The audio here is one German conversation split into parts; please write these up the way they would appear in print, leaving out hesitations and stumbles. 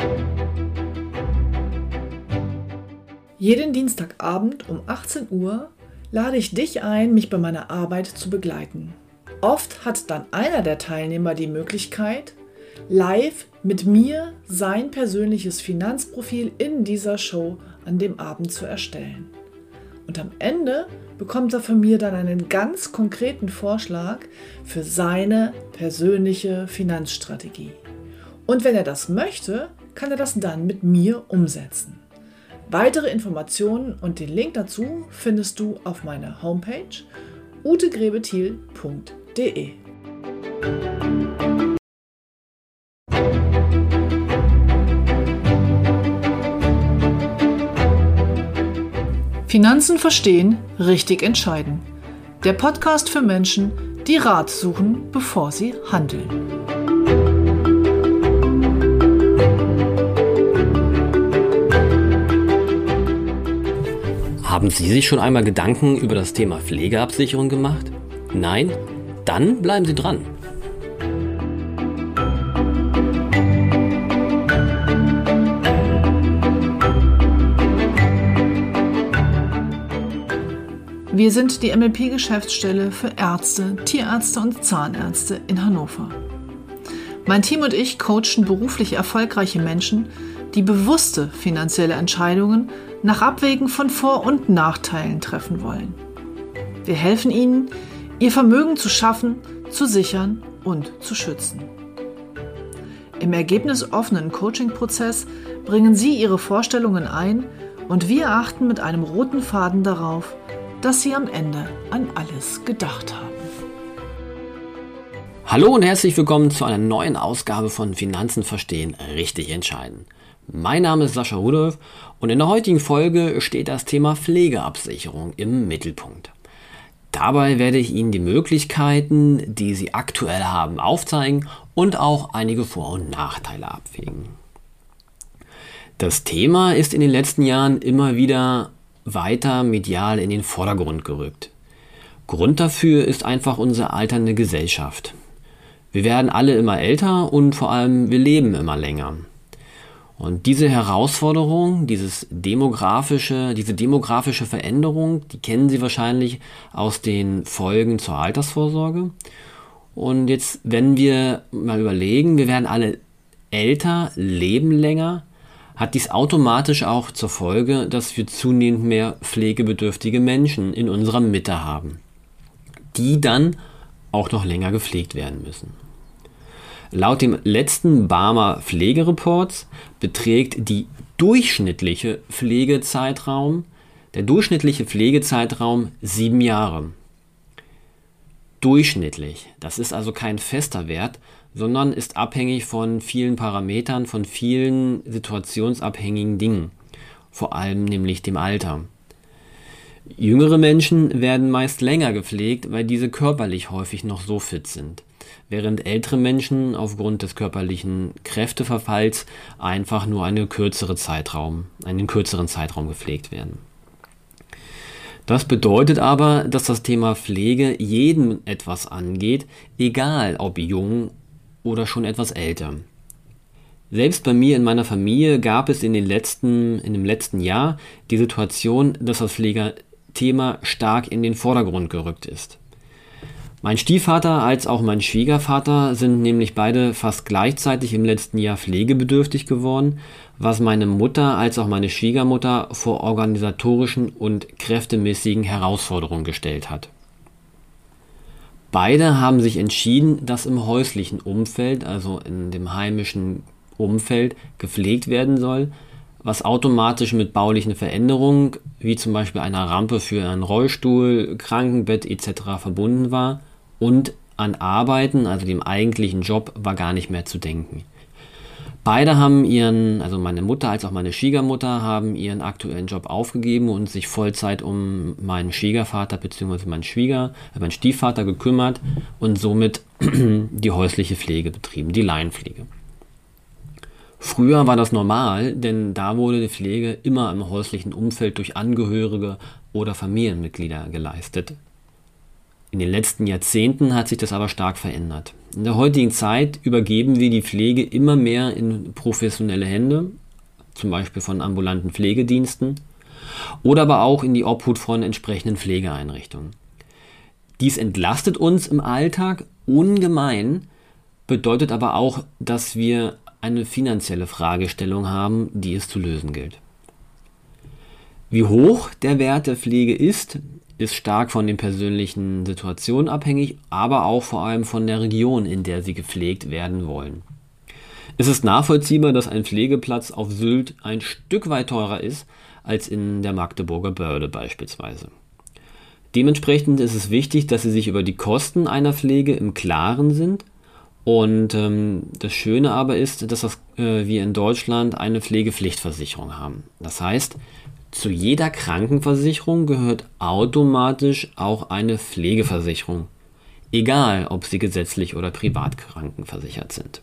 Jeden Dienstagabend um 18 Uhr lade ich dich ein, mich bei meiner Arbeit zu begleiten. Oft hat dann einer der Teilnehmer die Möglichkeit, live mit mir sein persönliches Finanzprofil in dieser Show an dem Abend zu erstellen. Und am Ende bekommt er von mir dann einen ganz konkreten Vorschlag für seine persönliche Finanzstrategie. Und wenn er das möchte, kann er das dann mit mir umsetzen. Weitere Informationen und den Link dazu findest du auf meiner Homepage utegrebethiel.de. Finanzen verstehen, richtig entscheiden. Der Podcast für Menschen, die Rat suchen, bevor sie handeln. Haben Sie sich schon einmal Gedanken über das Thema Pflegeabsicherung gemacht? Nein? Dann bleiben Sie dran. Wir sind die MLP-Geschäftsstelle für Ärzte, Tierärzte und Zahnärzte in Hannover. Mein Team und ich coachen beruflich erfolgreiche Menschen, die bewusste finanzielle Entscheidungen nach Abwägen von Vor- und Nachteilen treffen wollen. Wir helfen ihnen, ihr Vermögen zu schaffen, zu sichern und zu schützen. Im ergebnisoffenen Coaching-Prozess bringen sie ihre Vorstellungen ein und wir achten mit einem roten Faden darauf, dass sie am Ende an alles gedacht haben. Hallo und herzlich willkommen zu einer neuen Ausgabe von Finanzen verstehen, richtig entscheiden. Mein Name ist Sascha Rudolph und in der heutigen Folge steht das Thema Pflegeabsicherung im Mittelpunkt. Dabei werde ich Ihnen die Möglichkeiten, die Sie aktuell haben, aufzeigen und auch einige Vor- und Nachteile abwägen. Das Thema ist in den letzten Jahren immer wieder weiter medial in den Vordergrund gerückt. Grund dafür ist einfach unsere alternde Gesellschaft. Wir werden alle immer älter und vor allem wir leben immer länger. Und diese Herausforderung, diese demografische Veränderung, die kennen Sie wahrscheinlich aus den Folgen zur Altersvorsorge. Und jetzt, wenn wir mal überlegen, wir werden alle älter, leben länger, hat dies automatisch auch zur Folge, dass wir zunehmend mehr pflegebedürftige Menschen in unserer Mitte haben, die dann auch noch länger gepflegt werden müssen. Laut dem letzten Barmer Pflegereports beträgt der durchschnittliche Pflegezeitraum 7 Jahre. Durchschnittlich. Das ist also kein fester Wert, sondern ist abhängig von vielen Parametern, von vielen situationsabhängigen Dingen, vor allem nämlich dem Alter. Jüngere Menschen werden meist länger gepflegt, weil diese körperlich häufig noch so fit sind, während ältere Menschen aufgrund des körperlichen Kräfteverfalls einfach nur einen kürzeren Zeitraum gepflegt werden. Das bedeutet aber, dass das Thema Pflege jeden etwas angeht, egal ob jung oder schon etwas älter. Selbst bei mir in meiner Familie gab es in dem letzten Jahr die Situation, dass das Pflegethema stark in den Vordergrund gerückt ist. Mein Stiefvater als auch mein Schwiegervater sind nämlich beide fast gleichzeitig im letzten Jahr pflegebedürftig geworden, was meine Mutter als auch meine Schwiegermutter vor organisatorischen und kräftemäßigen Herausforderungen gestellt hat. Beide haben sich entschieden, dass im häuslichen Umfeld, also in dem heimischen Umfeld, gepflegt werden soll, was automatisch mit baulichen Veränderungen, wie zum Beispiel einer Rampe für einen Rollstuhl, Krankenbett etc. verbunden war, und an Arbeiten, also dem eigentlichen Job, war gar nicht mehr zu denken. Beide haben also meine Mutter als auch meine Schwiegermutter haben ihren aktuellen Job aufgegeben und sich Vollzeit um meinen Schwiegervater bzw. meinen Stiefvater gekümmert und somit die häusliche Pflege betrieben, die Laienpflege. Früher war das normal, denn da wurde die Pflege immer im häuslichen Umfeld durch Angehörige oder Familienmitglieder geleistet. In den letzten Jahrzehnten hat sich das aber stark verändert. In der heutigen Zeit übergeben wir die Pflege immer mehr in professionelle Hände, zum Beispiel von ambulanten Pflegediensten oder aber auch in die Obhut von entsprechenden Pflegeeinrichtungen. Dies entlastet uns im Alltag ungemein, bedeutet aber auch, dass wir eine finanzielle Fragestellung haben, die es zu lösen gilt. Wie hoch der Wert der Pflege ist stark von den persönlichen Situationen abhängig, aber auch vor allem von der Region, in der sie gepflegt werden wollen. Es ist nachvollziehbar, dass ein Pflegeplatz auf Sylt ein Stück weit teurer ist als in der Magdeburger Börde beispielsweise. Dementsprechend ist es wichtig, dass Sie sich über die Kosten einer Pflege im Klaren sind. Und das Schöne aber ist, dass wir in Deutschland eine Pflegepflichtversicherung haben. Das heißt, zu jeder Krankenversicherung gehört automatisch auch eine Pflegeversicherung, egal ob Sie gesetzlich oder privat krankenversichert sind.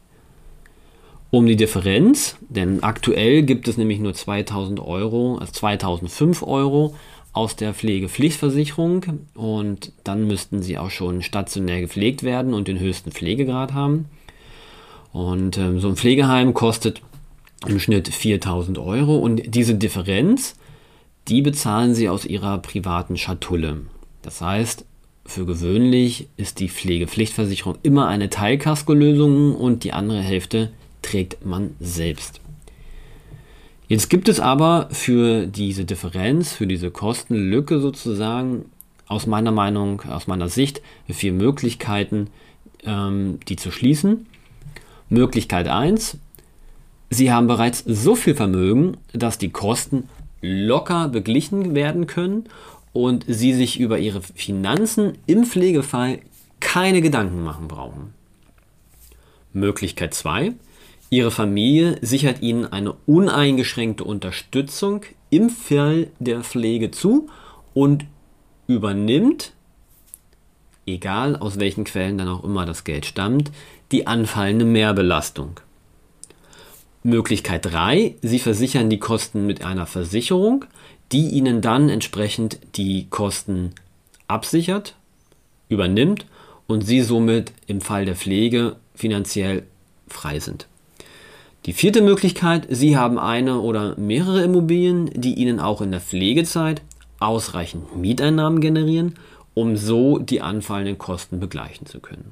Um die Differenz, denn aktuell gibt es nämlich nur 2.000 Euro, also 2.005 Euro aus der Pflegepflichtversicherung und dann müssten Sie auch schon stationär gepflegt werden und den höchsten Pflegegrad haben. Und so ein Pflegeheim kostet im Schnitt 4.000 Euro und diese Differenz, die bezahlen Sie aus Ihrer privaten Schatulle. Das heißt, für gewöhnlich ist die Pflegepflichtversicherung immer eine Teilkasko-Lösung und die andere Hälfte trägt man selbst. Jetzt gibt es aber für diese Differenz, für diese Kostenlücke sozusagen, aus meiner Sicht, 4 Möglichkeiten, die zu schließen. Möglichkeit 1: Sie haben bereits so viel Vermögen, dass die Kosten locker beglichen werden können und Sie sich über Ihre Finanzen im Pflegefall keine Gedanken machen brauchen. Möglichkeit 2: Ihre Familie sichert Ihnen eine uneingeschränkte Unterstützung im Fall der Pflege zu und übernimmt, egal aus welchen Quellen dann auch immer das Geld stammt, die anfallende Mehrbelastung. Möglichkeit 3: Sie versichern die Kosten mit einer Versicherung, die Ihnen dann entsprechend die Kosten absichert, übernimmt und Sie somit im Fall der Pflege finanziell frei sind. Die 4. Möglichkeit: Sie haben eine oder mehrere Immobilien, die Ihnen auch in der Pflegezeit ausreichend Mieteinnahmen generieren, um so die anfallenden Kosten begleichen zu können.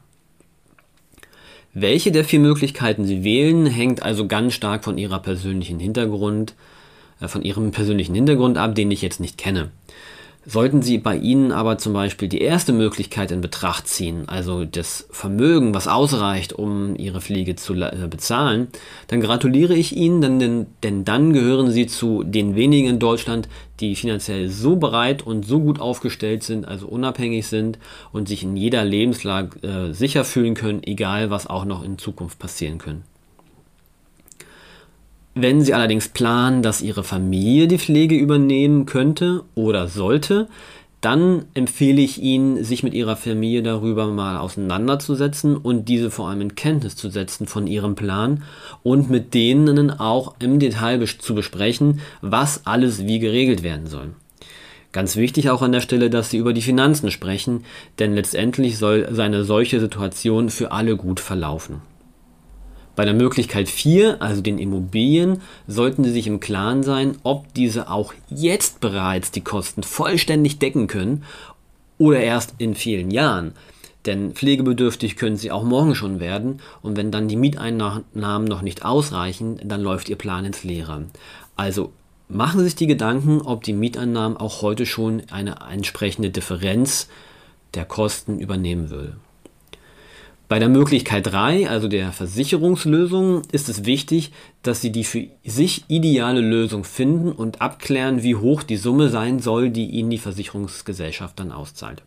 Welche der 4 Möglichkeiten Sie wählen, hängt also ganz stark von Ihrem persönlichen Hintergrund ab, den ich jetzt nicht kenne. Sollten Sie bei Ihnen aber zum Beispiel die erste Möglichkeit in Betracht ziehen, also das Vermögen, was ausreicht, um Ihre Pflege zu bezahlen, dann gratuliere ich Ihnen, denn dann gehören Sie zu den wenigen in Deutschland, die finanziell so bereit und so gut aufgestellt sind, also unabhängig sind und sich in jeder Lebenslage sicher fühlen können, egal was auch noch in Zukunft passieren kann. Wenn Sie allerdings planen, dass Ihre Familie die Pflege übernehmen könnte oder sollte, dann empfehle ich Ihnen, sich mit Ihrer Familie darüber mal auseinanderzusetzen und diese vor allem in Kenntnis zu setzen von Ihrem Plan und mit denen auch im Detail zu besprechen, was alles wie geregelt werden soll. Ganz wichtig auch an der Stelle, dass Sie über die Finanzen sprechen, denn letztendlich soll eine solche Situation für alle gut verlaufen. Bei der Möglichkeit 4, also den Immobilien, sollten Sie sich im Klaren sein, ob diese auch jetzt bereits die Kosten vollständig decken können oder erst in vielen Jahren. Denn pflegebedürftig können Sie auch morgen schon werden und wenn dann die Mieteinnahmen noch nicht ausreichen, dann läuft Ihr Plan ins Leere. Also machen Sie sich die Gedanken, ob die Mieteinnahmen auch heute schon eine entsprechende Differenz der Kosten übernehmen würde. Bei der Möglichkeit 3, also der Versicherungslösung, ist es wichtig, dass Sie die für sich ideale Lösung finden und abklären, wie hoch die Summe sein soll, die Ihnen die Versicherungsgesellschaft dann auszahlt.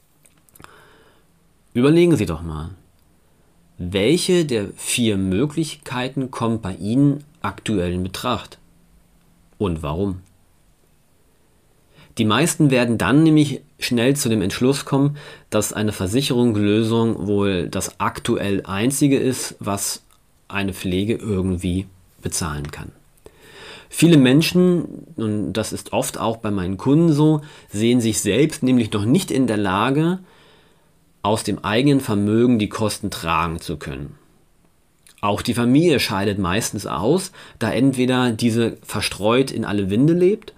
Überlegen Sie doch mal, welche der 4 Möglichkeiten kommt bei Ihnen aktuell in Betracht und warum? Die meisten werden dann nämlich schnell zu dem Entschluss kommen, dass eine Versicherungslösung wohl das aktuell einzige ist, was eine Pflege irgendwie bezahlen kann. Viele Menschen, und das ist oft auch bei meinen Kunden so, sehen sich selbst nämlich noch nicht in der Lage, aus dem eigenen Vermögen die Kosten tragen zu können. Auch die Familie scheidet meistens aus, da entweder diese verstreut in alle Winde lebt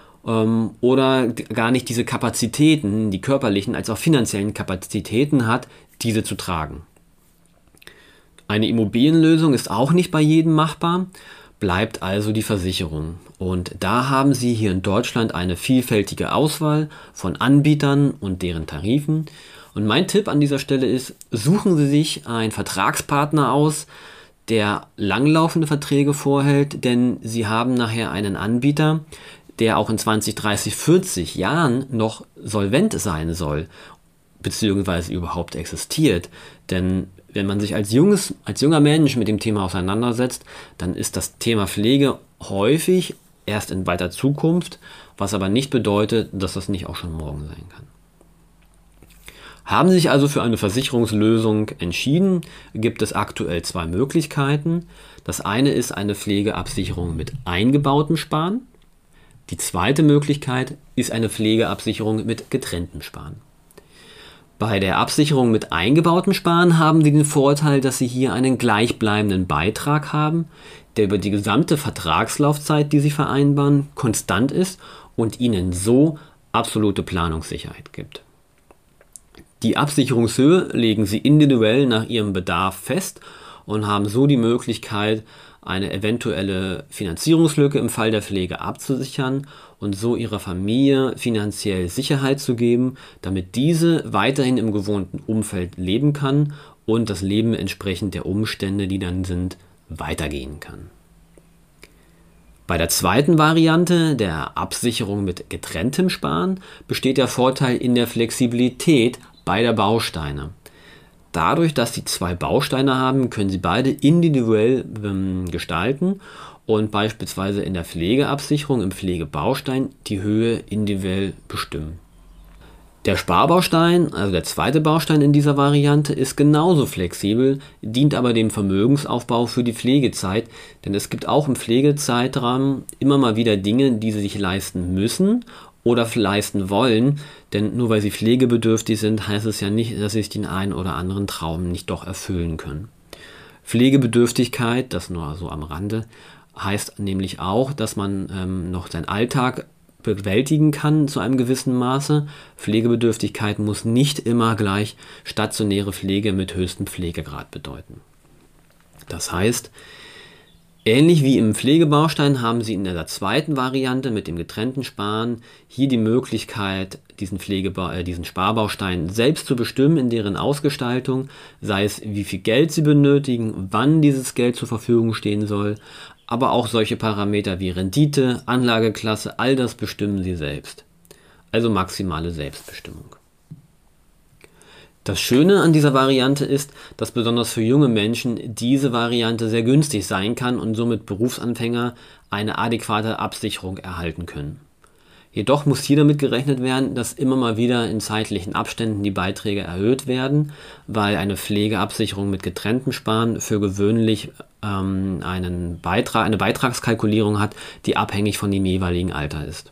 oder gar nicht diese Kapazitäten, die körperlichen als auch finanziellen Kapazitäten hat, diese zu tragen. Eine Immobilienlösung ist auch nicht bei jedem machbar, bleibt also die Versicherung. Und da haben Sie hier in Deutschland eine vielfältige Auswahl von Anbietern und deren Tarifen. Und mein Tipp an dieser Stelle ist, suchen Sie sich einen Vertragspartner aus, der langlaufende Verträge vorhält, denn Sie haben nachher einen Anbieter, der auch in 20, 30, 40 Jahren noch solvent sein soll, beziehungsweise überhaupt existiert. Denn wenn man sich als junger Mensch mit dem Thema auseinandersetzt, dann ist das Thema Pflege häufig erst in weiter Zukunft, was aber nicht bedeutet, dass das nicht auch schon morgen sein kann. Haben Sie sich also für eine Versicherungslösung entschieden, gibt es aktuell zwei Möglichkeiten. Das eine ist eine Pflegeabsicherung mit eingebautem Sparen. Die zweite Möglichkeit ist eine Pflegeabsicherung mit getrenntem Sparen. Bei der Absicherung mit eingebautem Sparen haben Sie den Vorteil, dass Sie hier einen gleichbleibenden Beitrag haben, der über die gesamte Vertragslaufzeit, die Sie vereinbaren, konstant ist und Ihnen so absolute Planungssicherheit gibt. Die Absicherungshöhe legen Sie individuell nach Ihrem Bedarf fest und haben so die Möglichkeit, eine eventuelle Finanzierungslücke im Fall der Pflege abzusichern und so Ihrer Familie finanziell Sicherheit zu geben, damit diese weiterhin im gewohnten Umfeld leben kann und das Leben entsprechend der Umstände, die dann sind, weitergehen kann. Bei der zweiten Variante, der Absicherung mit getrenntem Sparen, besteht der Vorteil in der Flexibilität beider Bausteine. Dadurch, dass Sie zwei Bausteine haben, können Sie beide individuell gestalten und beispielsweise in der Pflegeabsicherung, im Pflegebaustein, die Höhe individuell bestimmen. Der Sparbaustein, also der zweite Baustein in dieser Variante, ist genauso flexibel, dient aber dem Vermögensaufbau für die Pflegezeit, denn es gibt auch im Pflegezeitraum immer mal wieder Dinge, die Sie sich leisten müssen oder leisten wollen, denn nur weil Sie pflegebedürftig sind, heißt es ja nicht, dass Sie sich den einen oder anderen Traum nicht doch erfüllen können. Pflegebedürftigkeit, das nur so am Rande, heißt nämlich auch, dass man noch seinen Alltag bewältigen kann zu einem gewissen Maße. Pflegebedürftigkeit muss nicht immer gleich stationäre Pflege mit höchstem Pflegegrad bedeuten. Das heißt, ähnlich wie im Pflegebaustein haben Sie in der zweiten Variante mit dem getrennten Sparen hier die Möglichkeit, diesen Sparbaustein selbst zu bestimmen in deren Ausgestaltung, sei es wie viel Geld Sie benötigen, wann dieses Geld zur Verfügung stehen soll, aber auch solche Parameter wie Rendite, Anlageklasse, all das bestimmen Sie selbst. Also maximale Selbstbestimmung. Das Schöne an dieser Variante ist, dass besonders für junge Menschen diese Variante sehr günstig sein kann und somit Berufsanfänger eine adäquate Absicherung erhalten können. Jedoch muss hier damit gerechnet werden, dass immer mal wieder in zeitlichen Abständen die Beiträge erhöht werden, weil eine Pflegeabsicherung mit getrenntem Sparen für gewöhnlich eine Beitragskalkulierung hat, die abhängig von dem jeweiligen Alter ist.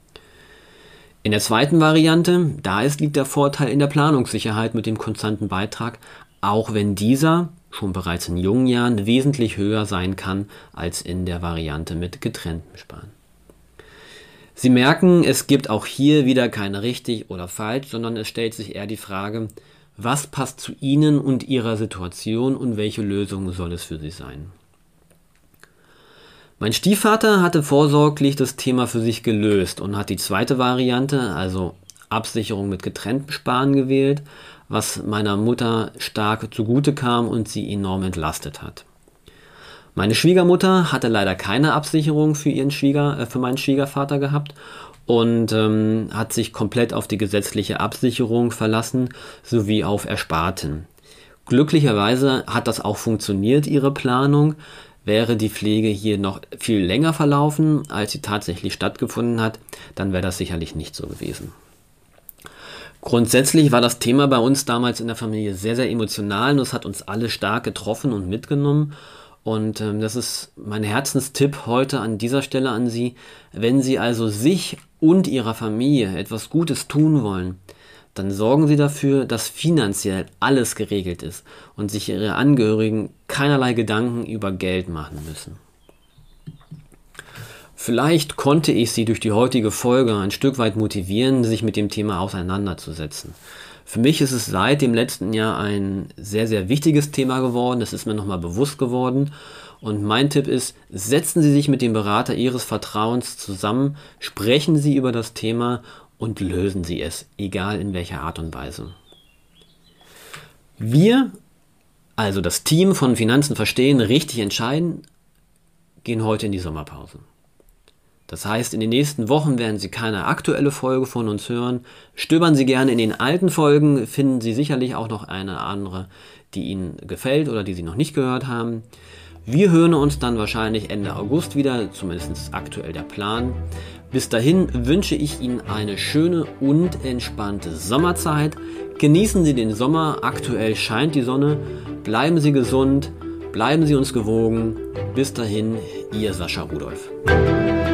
In der zweiten Variante, liegt der Vorteil in der Planungssicherheit mit dem konstanten Beitrag, auch wenn dieser schon bereits in jungen Jahren wesentlich höher sein kann als in der Variante mit getrenntem Sparen. Sie merken, es gibt auch hier wieder keine richtig oder falsch, sondern es stellt sich eher die Frage, was passt zu Ihnen und Ihrer Situation und welche Lösung soll es für Sie sein? Mein Stiefvater hatte vorsorglich das Thema für sich gelöst und hat die zweite Variante, also Absicherung mit getrenntem Sparen gewählt, was meiner Mutter stark zugute kam und sie enorm entlastet hat. Meine Schwiegermutter hatte leider keine Absicherung für meinen Schwiegervater gehabt und hat sich komplett auf die gesetzliche Absicherung verlassen sowie auf Ersparten. Glücklicherweise hat das auch funktioniert, ihre Planung. Wäre die Pflege hier noch viel länger verlaufen, als sie tatsächlich stattgefunden hat, dann wäre das sicherlich nicht so gewesen. Grundsätzlich war das Thema bei uns damals in der Familie sehr, sehr emotional und es hat uns alle stark getroffen und mitgenommen. Und das ist mein Herzenstipp heute an dieser Stelle an Sie. Wenn Sie also sich und Ihrer Familie etwas Gutes tun wollen, dann sorgen Sie dafür, dass finanziell alles geregelt ist und sich Ihre Angehörigen keinerlei Gedanken über Geld machen müssen. Vielleicht konnte ich Sie durch die heutige Folge ein Stück weit motivieren, sich mit dem Thema auseinanderzusetzen. Für mich ist es seit dem letzten Jahr ein sehr, sehr wichtiges Thema geworden. Das ist mir nochmal bewusst geworden. Und mein Tipp ist, setzen Sie sich mit dem Berater Ihres Vertrauens zusammen, sprechen Sie über das Thema und lösen Sie es, egal in welcher Art und Weise. Wir, also das Team von Finanzen verstehen, richtig entscheiden, gehen heute in die Sommerpause. Das heißt, in den nächsten Wochen werden Sie keine aktuelle Folge von uns hören. Stöbern Sie gerne in den alten Folgen, finden Sie sicherlich auch noch eine andere, die Ihnen gefällt oder die Sie noch nicht gehört haben. Wir hören uns dann wahrscheinlich Ende August wieder, zumindest aktuell der Plan. Bis dahin wünsche ich Ihnen eine schöne und entspannte Sommerzeit. Genießen Sie den Sommer, aktuell scheint die Sonne. Bleiben Sie gesund, bleiben Sie uns gewogen. Bis dahin, Ihr Sascha Rudolph.